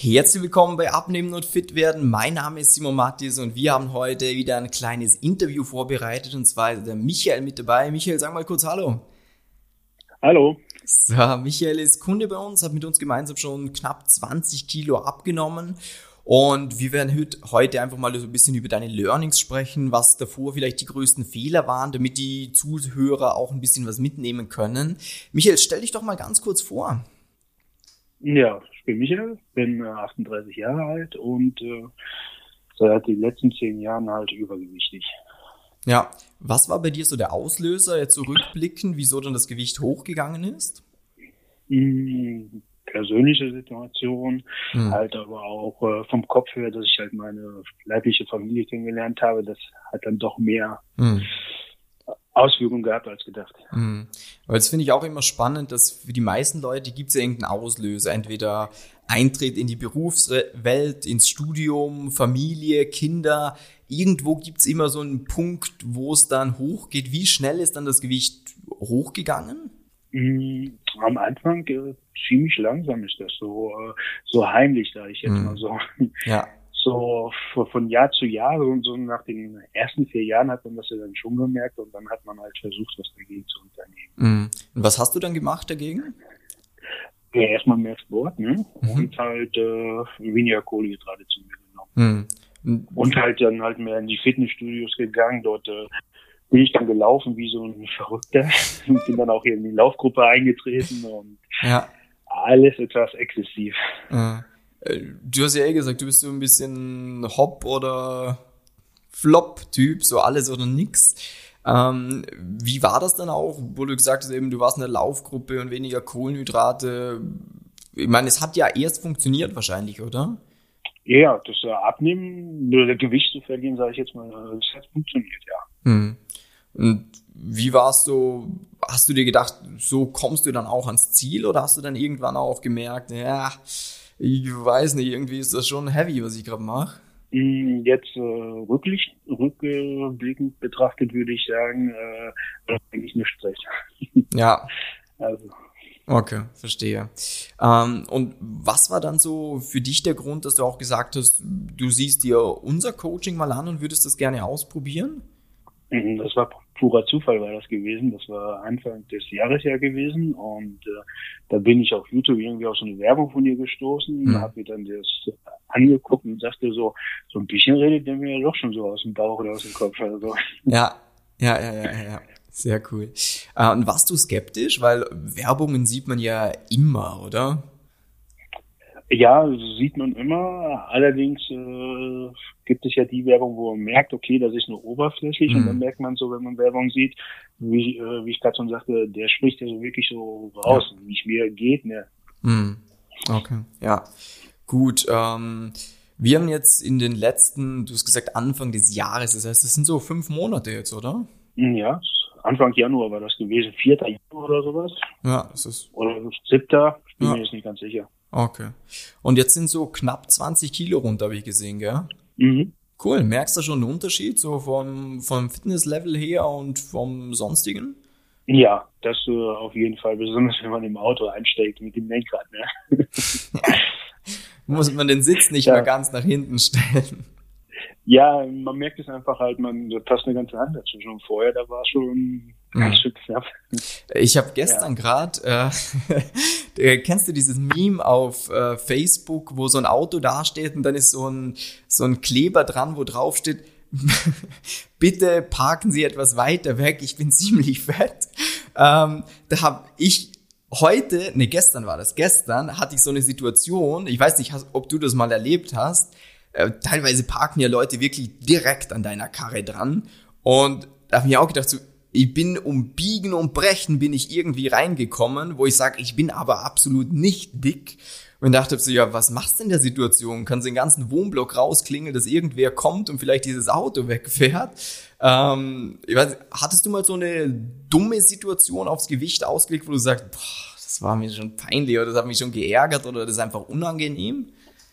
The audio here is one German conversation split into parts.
Herzlich willkommen bei Abnehmen und Fit werden. Mein Name ist Simon Mattis und wir haben heute wieder ein kleines Interview vorbereitet und zwar ist der Michael mit dabei. Michael, sag mal kurz Hallo. Hallo. So, Michael ist Kunde bei uns, hat mit uns gemeinsam schon knapp 20 Kilo abgenommen und wir werden heute einfach mal so ein bisschen über deine Learnings sprechen, was davor vielleicht die größten Fehler waren, damit die Zuhörer auch ein bisschen was mitnehmen können. Michael, stell dich doch mal ganz kurz vor. Ja, ich bin Michael, bin 38 Jahre alt und seit den letzten 10 Jahren halt übergewichtig. Ja, was war bei dir so der Auslöser, jetzt zurückblickend, wieso dann das Gewicht hochgegangen ist? Persönliche Situation, halt aber auch vom Kopf her, dass ich halt meine leibliche Familie kennengelernt habe, das hat dann doch mehr Auswirkungen gehabt als gedacht. Aber das finde ich auch immer spannend, dass für die meisten Leute gibt es ja irgendeinen Auslöser, entweder Eintritt in die Berufswelt, ins Studium, Familie, Kinder. Irgendwo gibt es immer so einen Punkt, wo es dann hochgeht. Wie schnell ist dann das Gewicht hochgegangen? Am Anfang ziemlich langsam ist das, so heimlich, sage ich jetzt mal so. Ja. So von Jahr zu Jahr und so nach den ersten 4 Jahren hat man das ja dann schon gemerkt und dann hat man halt versucht, was dagegen zu unternehmen. Und was hast du dann gemacht dagegen? Ja, erstmal mehr Sport, ne? Und halt weniger Kohlenhydrate zu mir genommen. Und halt dann halt mehr in die Fitnessstudios gegangen. Dort bin ich dann gelaufen wie so ein Verrückter und bin dann auch hier in die Laufgruppe eingetreten und alles etwas exzessiv. Du hast ja gesagt, du bist so ein bisschen Hop- oder Flop-Typ, so alles oder nix. Wie war das dann auch, wo du gesagt hast, eben, du warst in der Laufgruppe und weniger Kohlenhydrate? Ich meine, es hat ja erst funktioniert wahrscheinlich, oder? Ja, das Abnehmen, nur das Gewicht zu verlieren, sage ich jetzt mal, das hat funktioniert, ja. Und wie warst du, hast du dir gedacht, so kommst du dann auch ans Ziel oder hast du dann irgendwann auch gemerkt, ja, ich weiß nicht, irgendwie ist das schon heavy, was ich gerade mache? Jetzt rückblickend betrachtet würde ich sagen, das ist eigentlich nicht schlecht. Ja. Also. Okay, verstehe. Und was war dann so für dich der Grund, dass du auch gesagt hast, du siehst dir unser Coaching mal an und würdest das gerne ausprobieren? Das war purer Zufall war das gewesen. Das war Anfang des Jahres ja gewesen und da bin ich auf YouTube irgendwie auf so eine Werbung von dir gestoßen, habe mir dann das angeguckt und sagte so ein bisschen redet der mir ja doch schon so aus dem Bauch oder aus dem Kopf. Also. Ja. Sehr cool. Und warst du skeptisch? Weil Werbungen sieht man ja immer, oder? Ja, sieht man immer. Allerdings gibt es ja die Werbung, wo man merkt, okay, das ist nur oberflächlich und dann merkt man so, wenn man Werbung sieht, wie ich gerade schon sagte, der spricht ja so wirklich so raus, nicht mehr geht, ne? Okay, ja. Gut, wir haben jetzt in den letzten, du hast gesagt Anfang des Jahres, das heißt, das sind so 5 Monate jetzt, oder? Ja, Anfang Januar war das gewesen, 4. Januar oder sowas. Ja, das ist... Oder 7. Ich bin mir jetzt nicht ganz sicher. Okay. Und jetzt sind so knapp 20 Kilo runter, habe ich gesehen, gell? Cool. Merkst du schon einen Unterschied so vom Fitnesslevel her und vom Sonstigen? Ja, das auf jeden Fall, besonders wenn man im Auto einsteigt mit dem Lenkrad, ne? Muss man den Sitz nicht mehr ganz nach hinten stellen. Ja, man merkt es einfach halt, da passt eine ganze Hand dazwischen. Und vorher, da war es schon ganz schön knapp. Ich habe gestern gerade, kennst du dieses Meme auf Facebook, wo so ein Auto dasteht und dann ist so ein Kleber dran, wo drauf steht, bitte parken Sie etwas weiter weg, ich bin ziemlich fett. Da habe ich gestern hatte ich so eine Situation, ich weiß nicht, ob du das mal erlebt hast, teilweise parken ja Leute wirklich direkt an deiner Karre dran und da habe ich auch gedacht, so, ich bin um Biegen und Brechen bin ich irgendwie reingekommen, wo ich sage, ich bin aber absolut nicht dick und dachte so, ja, was machst du in der Situation? Kannst du den ganzen Wohnblock rausklingeln, dass irgendwer kommt und vielleicht dieses Auto wegfährt? Ich weiß, hattest du mal so eine dumme Situation aufs Gewicht ausgelegt, wo du sagst, boah, das war mir schon peinlich oder das hat mich schon geärgert oder das ist einfach unangenehm?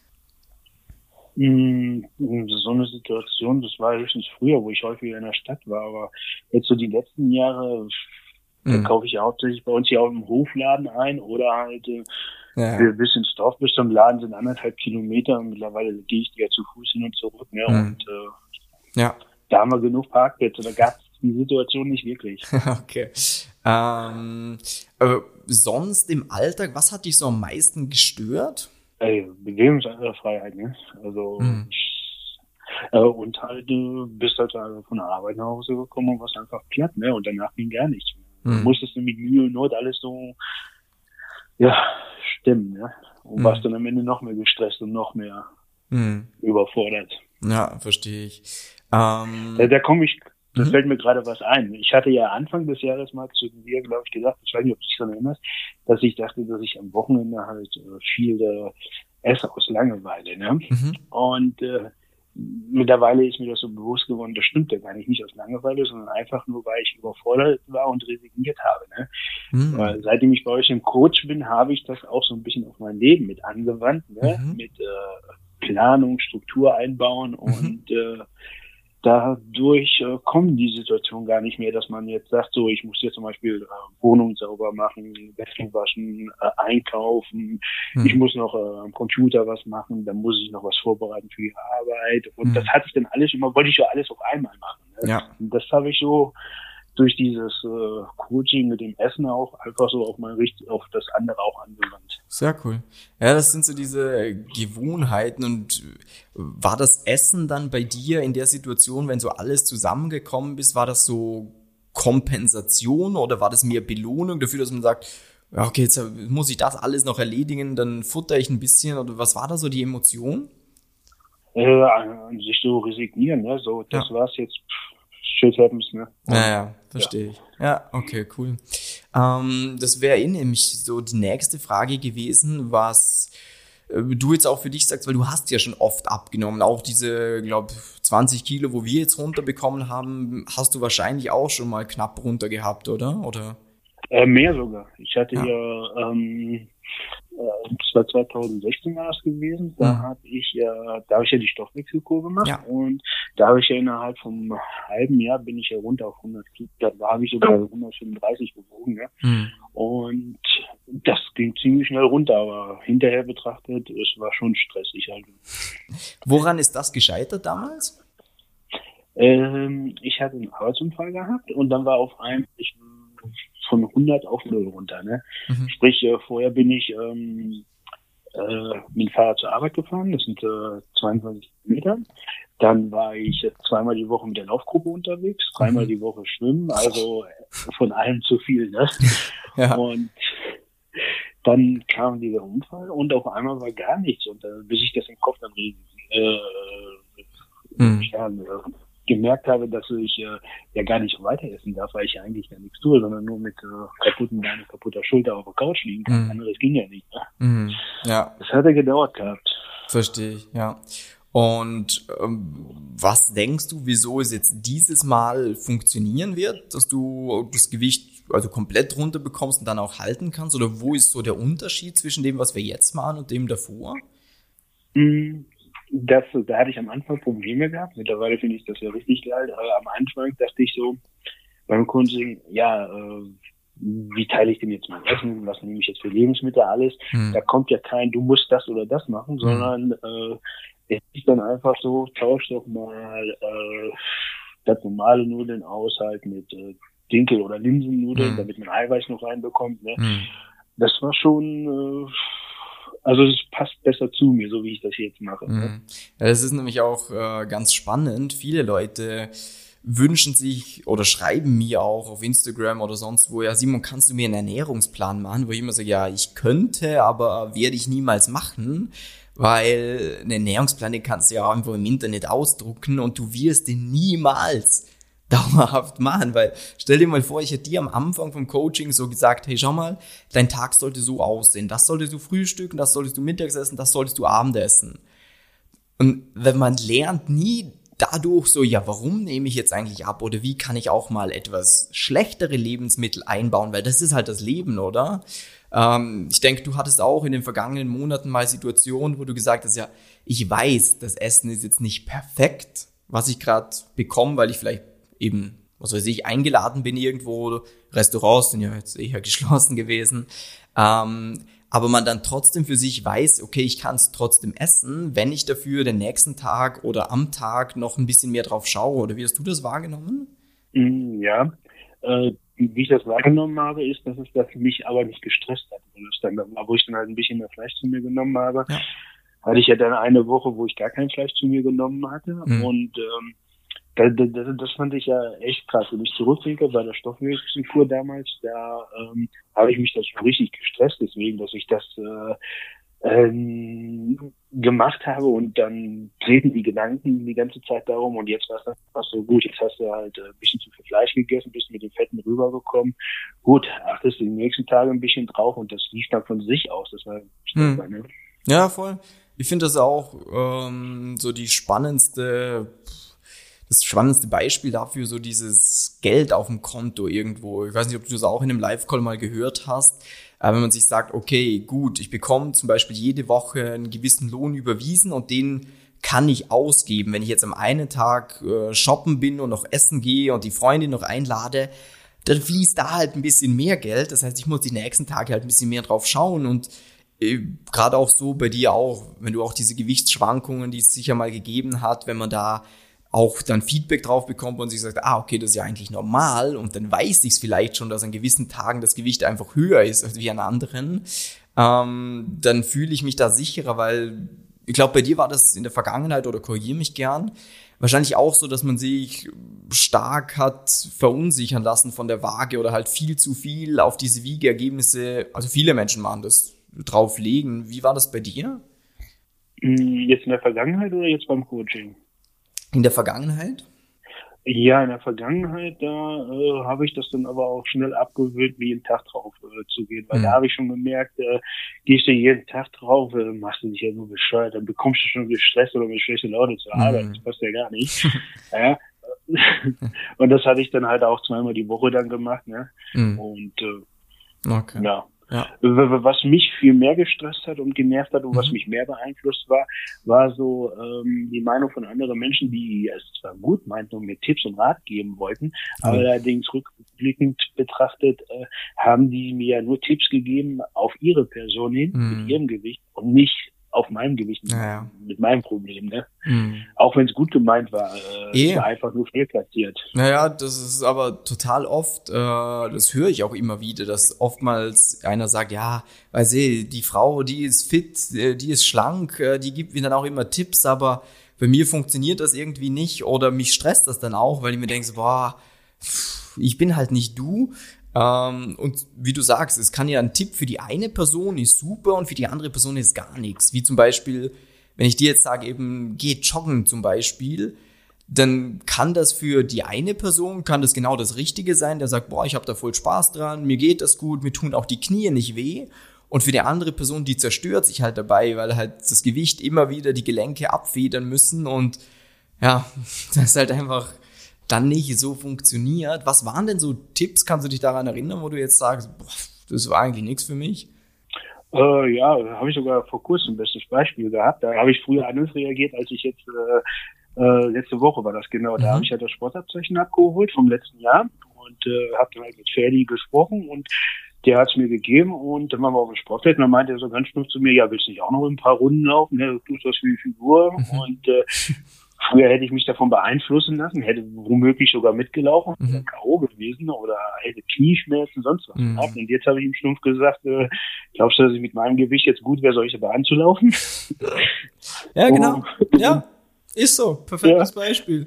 So eine Situation, das war höchstens früher, wo ich häufiger in der Stadt war, aber jetzt so die letzten Jahre, da kaufe ich ja hauptsächlich bei uns hier auch im Hofladen ein oder halt Ja. Bis ins Dorf, bis zum Laden sind 1,5 Kilometer und mittlerweile gehe ich ja zu Fuß hin und zurück. Ne? Und ja. Da haben wir genug Parkplätze, da gab es die Situation nicht wirklich. Okay. Sonst im Alltag, was hat dich so am meisten gestört? Bewegungsfreiheit, ne? Also und halt, du bist halt von der Arbeit nach Hause gekommen und warst einfach platt, ne? Und danach ging gar nichts mehr. Du musstest mit Mühe und Not alles so stimmen, ne? Und warst dann am Ende noch mehr gestresst und noch mehr überfordert. Ja, verstehe ich. Da komme ich, da fällt mir gerade was ein. Ich hatte ja Anfang des Jahres mal zu dir, glaube ich, gesagt, ich weiß nicht, ob du dich daran erinnerst, dass ich dachte, dass ich am Wochenende halt viel esse aus Langeweile. Ne? Und mittlerweile ist mir das so bewusst geworden, das stimmt ja gar nicht aus Langeweile, sondern einfach nur, weil ich überfordert war und resigniert habe. Ne? Weil seitdem ich bei euch im Coach bin, habe ich das auch so ein bisschen auf mein Leben mit angewandt, ne? Mit Planung, Struktur einbauen und dadurch kommen die Situationen gar nicht mehr, dass man jetzt sagt, so, ich muss jetzt zum Beispiel Wohnung sauber machen, Wäsche waschen, einkaufen, ich muss noch am Computer was machen, dann muss ich noch was vorbereiten für die Arbeit und das hatte ich dann alles wollte ich ja alles auf einmal machen. Ne? Ja. Und das habe ich so durch dieses Coaching mit dem Essen auch einfach so auf das andere auch angewandt. Sehr cool. Ja, das sind so diese Gewohnheiten. Und war das Essen dann bei dir in der Situation, wenn so alles zusammengekommen ist, war das so Kompensation oder war das mehr Belohnung dafür, dass man sagt, ja, okay, jetzt muss ich das alles noch erledigen, dann futter ich ein bisschen, oder was war da so die Emotion? An sich so resignieren, ne? So, das war's jetzt. Shit happens, ne? Ja, verstehe ich. Ja, okay, cool. Das wäre nämlich so die nächste Frage gewesen, was du jetzt auch für dich sagst, weil du hast ja schon oft abgenommen, auch diese, glaube 20 Kilo, wo wir jetzt runterbekommen haben, hast du wahrscheinlich auch schon mal knapp runter gehabt, oder? Mehr sogar. Ich hatte das war 2016 war es gewesen, da habe ich ja die Stoffwechselkur gemacht und da habe ich ja innerhalb von einem halben Jahr bin ich ja runter auf 100 Kilo, da habe ich sogar 135 gewogen, ne? Und das ging ziemlich schnell runter, aber hinterher betrachtet, es war schon stressig halt. Woran ist das gescheitert damals? Ich hatte einen Arbeitsunfall gehabt und dann war auf einmal von 100 auf 0 runter, ne? Sprich, vorher bin ich mit dem Fahrrad zur Arbeit gefahren, das sind 22 Kilometer. Dann war ich zweimal die Woche mit der Laufgruppe unterwegs, dreimal die Woche schwimmen, also von allem zu viel, ne? Ja. Und dann kam dieser Unfall und auf einmal war gar nichts und bis ich das im Kopf dann gemerkt habe, dass ich ja gar nicht weiter essen darf, weil ich ja eigentlich gar nichts tue, sondern nur mit kaputten Beinen, kaputter Schulter auf der Couch liegen kann. Anderes ging ja nicht. Ne? Ja. Das hat ja gedauert gehabt. Verstehe ich, ja. Und was denkst du, wieso es jetzt dieses Mal funktionieren wird, dass du das Gewicht also komplett runter bekommst und dann auch halten kannst? Oder wo ist so der Unterschied zwischen dem, was wir jetzt machen und dem davor? Da hatte ich am Anfang Probleme gehabt. Mittlerweile finde ich das ja richtig geil. Aber am Anfang dachte ich so beim Coaching, wie teile ich denn jetzt mein Essen? Was nehme ich jetzt für Lebensmittel alles? Da kommt ja kein, du musst das oder das machen, sondern es ist dann einfach so, tausch doch mal das normale Nudeln aus halt mit Dinkel- oder Linsennudeln, damit man Eiweiß noch reinbekommt. Ne? Das war schon also es passt besser zu mir, so wie ich das jetzt mache. Ne? Ja, das ist nämlich auch ganz spannend. Viele Leute wünschen sich oder schreiben mir auch auf Instagram oder sonst wo, ja Simon, kannst du mir einen Ernährungsplan machen? Wo ich immer sage, ja, ich könnte, aber werde ich niemals machen, weil einen Ernährungsplan, den kannst du ja auch einfach im Internet ausdrucken und du wirst den niemals dauerhaft machen, weil stell dir mal vor, ich hätte dir am Anfang vom Coaching so gesagt, hey, schau mal, dein Tag sollte so aussehen, das solltest du frühstücken, das solltest du mittags essen, das solltest du Abendessen. Und wenn man lernt nie dadurch so, ja, warum nehme ich jetzt eigentlich ab oder wie kann ich auch mal etwas schlechtere Lebensmittel einbauen, weil das ist halt das Leben, oder? Ich denke, du hattest auch in den vergangenen Monaten mal Situationen, wo du gesagt hast, ja, ich weiß, das Essen ist jetzt nicht perfekt, was ich gerade bekomme, weil ich vielleicht eben, was weiß ich, eingeladen bin irgendwo, Restaurants sind ja jetzt eher geschlossen gewesen, aber aber man dann trotzdem für sich weiß, okay, ich kann es trotzdem essen, wenn ich dafür den nächsten Tag oder am Tag noch ein bisschen mehr drauf schaue. Oder wie hast du das wahrgenommen? Ja, wie ich das wahrgenommen habe, ist, dass es das mich aber nicht gestresst hat. Wo ich dann halt ein bisschen mehr Fleisch zu mir genommen habe, hatte ich ja dann eine Woche, wo ich gar kein Fleisch zu mir genommen hatte. Und das fand ich ja echt krass. Wenn ich zurückdenke, bei der Stoffwechselkur damals, da habe ich mich das schon richtig gestresst, deswegen, dass ich das gemacht habe und dann treten die Gedanken die ganze Zeit darum und jetzt war es einfach so gut, jetzt hast du halt ein bisschen zu viel Fleisch gegessen, bist mit den Fetten rübergekommen. Gut, achtest du die nächsten Tage ein bisschen drauf und das lief dann von sich aus. Das war ne? Ja, voll. Ich finde das auch so das spannendste Beispiel dafür, so dieses Geld auf dem Konto irgendwo. Ich weiß nicht, ob du das auch in einem Live-Call mal gehört hast. Aber wenn man sich sagt, okay, gut, ich bekomme zum Beispiel jede Woche einen gewissen Lohn überwiesen und den kann ich ausgeben. Wenn ich jetzt am einen Tag shoppen bin und noch essen gehe und die Freundin noch einlade, dann fließt da halt ein bisschen mehr Geld. Das heißt, ich muss die nächsten Tage halt ein bisschen mehr drauf schauen und gerade auch so bei dir auch, wenn du auch diese Gewichtsschwankungen, die es sicher mal gegeben hat, wenn man da auch dann Feedback drauf bekommt und sich sagt, okay, das ist ja eigentlich normal und dann weiß ich es vielleicht schon, dass an gewissen Tagen das Gewicht einfach höher ist als wie an anderen, dann fühle ich mich da sicherer, weil ich glaube, bei dir war das in der Vergangenheit, oder korrigiere mich gern, wahrscheinlich auch so, dass man sich stark hat verunsichern lassen von der Waage oder halt viel zu viel auf diese Wiegeergebnisse, also viele Menschen machen das, drauflegen. Wie war das bei dir? Jetzt in der Vergangenheit oder jetzt beim Coaching? In der Vergangenheit? Ja, in der Vergangenheit, da habe ich das dann aber auch schnell abgewöhnt, wie jeden Tag drauf zu gehen. Weil da habe ich schon gemerkt, gehst du jeden Tag drauf, machst du dich ja nur bescheuert, dann bekommst du schon gestresst oder mit schlechte Laune zur Arbeit. Das passt ja gar nicht. Ja. Und das hatte ich dann halt auch zweimal die Woche dann gemacht. Ne? Und okay. Ja. Was mich viel mehr gestresst hat und genervt hat und was mich mehr beeinflusst war so die Meinung von anderen Menschen, die es zwar gut meinten und mir Tipps und Rat geben wollten, aber allerdings rückblickend betrachtet haben die mir ja nur Tipps gegeben auf ihre Person hin, mit ihrem Gewicht und nicht auf meinem Gewicht, mit meinem Problem, ne? Auch wenn es gut gemeint war, war einfach nur fehlplatziert. Naja, das ist aber total oft, das höre ich auch immer wieder, dass oftmals einer sagt, ja, weißt du, die Frau, die ist fit, die ist schlank, die gibt mir dann auch immer Tipps, aber bei mir funktioniert das irgendwie nicht oder mich stresst das dann auch, weil ich mir denke, boah, ich bin halt nicht du. Und wie du sagst, es kann ja ein Tipp für die eine Person ist super und für die andere Person ist gar nichts. Wie zum Beispiel, wenn ich dir jetzt sage, eben geh joggen zum Beispiel, dann kann das für die eine Person, kann das genau das Richtige sein, der sagt, boah, ich habe da voll Spaß dran, mir geht das gut, mir tun auch die Knie nicht weh. Und für die andere Person, die zerstört sich halt dabei, weil halt das Gewicht immer wieder die Gelenke abfedern müssen und ja, das ist halt einfach dann nicht so funktioniert. Was waren denn so Tipps, kannst du dich daran erinnern, wo du jetzt sagst, boah, das war eigentlich nichts für mich? Ja, da habe ich sogar vor kurzem ein bestes Beispiel gehabt. Da habe ich früher anders reagiert, als ich jetzt letzte Woche war das genau. Da habe ich ja das Sportabzeichen abgeholt vom letzten Jahr und habe dann halt mit Ferdi gesprochen und der hat es mir gegeben und dann waren wir auf dem Sportfeld und dann meinte er so ganz schnell zu mir, ja, willst du nicht auch noch ein paar Runden laufen? Ja, du tust das für die Figur und früher hätte ich mich davon beeinflussen lassen, hätte womöglich sogar mitgelaufen, oder K.O. gewesen oder hätte Knieschmerzen, sonst was gehabt. Und jetzt habe ich ihm stumpf gesagt, glaubst du, dass ich mit meinem Gewicht jetzt gut wäre, solche Bahnen zu laufen? Ja, genau. Ja, ist so. Perfektes Beispiel.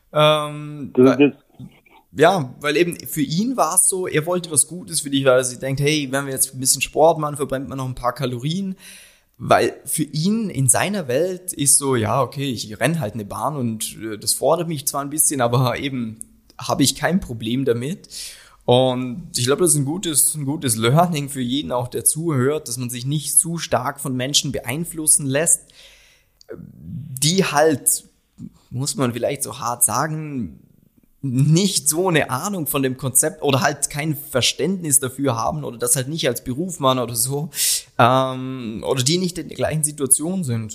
Ja, weil eben für ihn war es so, er wollte was Gutes für dich, weil er sich denkt, hey, wenn wir jetzt ein bisschen Sport machen, verbrennt man noch ein paar Kalorien. Weil für ihn in seiner Welt ist so, ja, okay, ich renne halt eine Bahn und das fordert mich zwar ein bisschen, aber eben habe ich kein Problem damit. Und ich glaube, das ist ein gutes Learning für jeden auch, der zuhört, dass man sich nicht zu stark von Menschen beeinflussen lässt, die halt, muss man vielleicht so hart sagen, nicht so eine Ahnung von dem Konzept oder halt kein Verständnis dafür haben oder das halt nicht als Beruf machen oder so, oder die nicht in der gleichen Situation sind.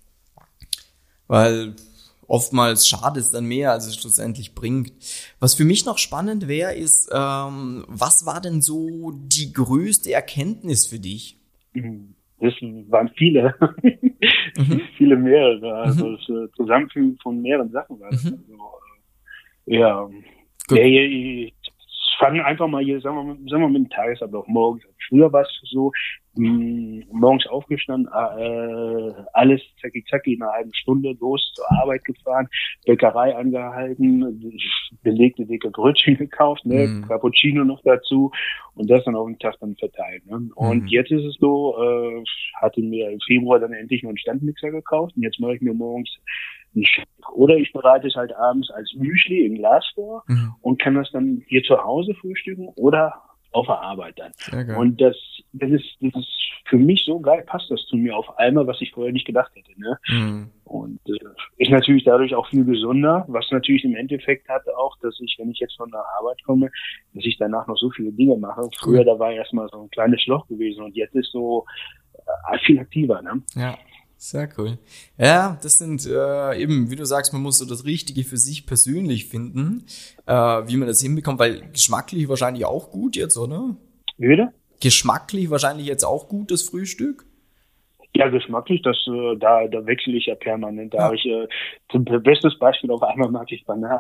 Weil oftmals schadet es dann mehr, als es schlussendlich bringt. Was für mich noch spannend wäre, ist, was war denn so die größte Erkenntnis für dich? Das waren viele, viele mehrere, also das Zusammenfügen von mehreren Sachen war das. Also, ja, ich fange einfach mal hier, sagen wir mal mit dem Tagesablauf morgens. Früher war es so, morgens aufgestanden, alles zacki in einer halben Stunde los zur Arbeit gefahren, Bäckerei angehalten, belegte dicke Brötchen gekauft, ne, Cappuccino noch dazu und das dann auf den Tag dann verteilt. Ne. Und jetzt ist es so, hatte mir im Februar dann endlich mal einen Standmixer gekauft und jetzt mache ich mir morgens einen Shake. Oder ich bereite es halt abends als Müsli im Glas vor und kann das dann hier zu Hause frühstücken oder auf der Arbeit dann. Und das ist für mich so geil, passt das zu mir auf einmal, was ich vorher nicht gedacht hätte. Ne? Und ist natürlich dadurch auch viel gesünder, was natürlich im Endeffekt hat auch, dass ich, wenn ich jetzt von der Arbeit komme, dass ich danach noch so viele Dinge mache. Früher, da war erstmal so ein kleines Loch gewesen und jetzt ist so viel aktiver. Ne? Ja. Sehr cool. Ja, das sind eben, wie du sagst, man muss so das Richtige für sich persönlich finden, wie man das hinbekommt, weil geschmacklich wahrscheinlich auch gut jetzt, oder? Wie bitte? Geschmacklich wahrscheinlich jetzt auch gut, das Frühstück? Ja, geschmacklich, da wechsle ich ja permanent. Da habe ich zum bestes Beispiel, auf einmal mag ich Bananen.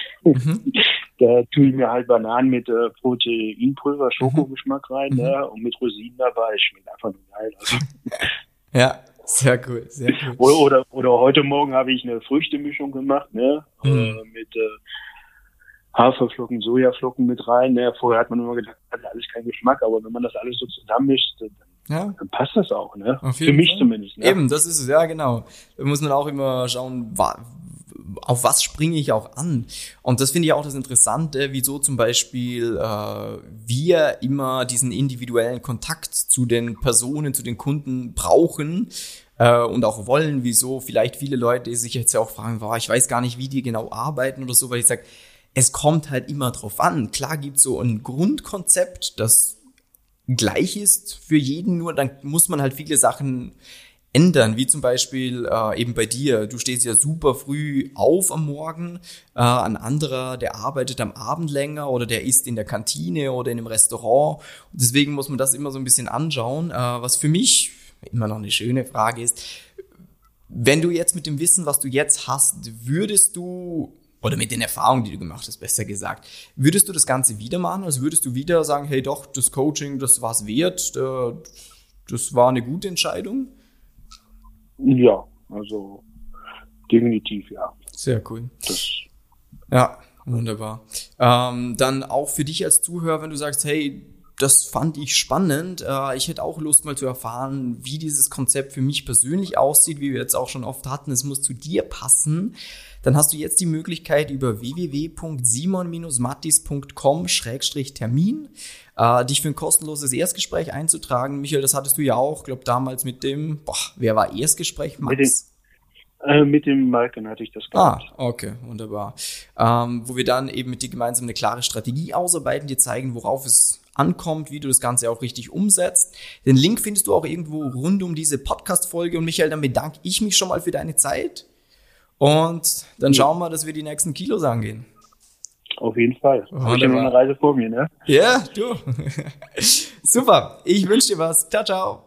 Da tue ich mir halt Bananen mit Proteinpulver, Schokogeschmack rein, ne? Und mit Rosinen dabei. Schmeckt einfach nur geil. Also. Ja. Sehr cool, sehr cool. Oder heute Morgen habe ich eine Früchtemischung gemacht, ne, mit Haferflocken, Sojaflocken mit rein. Ne. Vorher hat man immer gedacht, das hat alles keinen Geschmack, aber wenn man das alles so zusammenmischt, dann passt das auch, ne? Für mich zumindest. Ne? Eben, das ist es, ja genau. Da muss man auch immer schauen, auf was springe ich auch an. Und das finde ich auch das Interessante, wieso zum Beispiel wir immer diesen individuellen Kontakt zu den Personen, zu den Kunden brauchen und auch wollen, wieso vielleicht viele Leute sich jetzt ja auch fragen, ich weiß gar nicht, wie die genau arbeiten oder so, weil ich sage, es kommt halt immer drauf an. Klar gibt es so ein Grundkonzept, das gleich ist für jeden, nur dann muss man halt viele Sachen ändern, wie zum Beispiel eben bei dir. Du stehst ja super früh auf am Morgen, ein anderer, der arbeitet am Abend länger oder der isst in der Kantine oder in einem Restaurant. Und deswegen muss man das immer so ein bisschen anschauen. Was für mich immer noch eine schöne Frage ist, wenn du jetzt mit dem Wissen, was du jetzt hast, würdest du, oder mit den Erfahrungen, die du gemacht hast, besser gesagt, würdest du das Ganze wieder machen? Also würdest du wieder sagen, hey doch, das Coaching, das war es wert, das war eine gute Entscheidung? Ja, also definitiv, ja. Sehr cool. Ja, wunderbar. Dann auch für dich als Zuhörer, wenn du sagst, hey, das fand ich spannend. Ich hätte auch Lust mal zu erfahren, wie dieses Konzept für mich persönlich aussieht, wie wir jetzt auch schon oft hatten. Es muss zu dir passen. Dann hast du jetzt die Möglichkeit, über www.simon-mattis.com/Termin dich für ein kostenloses Erstgespräch einzutragen. Michael, das hattest du ja auch, glaube damals mit dem, wer war Erstgespräch? Max? Mit dem Malken hatte ich das gehabt. Okay, wunderbar. Wo wir dann eben mit dir gemeinsam eine klare Strategie ausarbeiten, dir zeigen, worauf es ankommt, wie du das Ganze auch richtig umsetzt. Den Link findest du auch irgendwo rund um diese Podcast-Folge. Und Michael, dann bedanke ich mich schon mal für deine Zeit. Und dann schauen wir, dass wir die nächsten Kilos angehen. Auf jeden Fall. Habe ich ja noch eine Reise vor mir, ne? Ja, du. Super. Ich wünsche dir was. Ciao, ciao.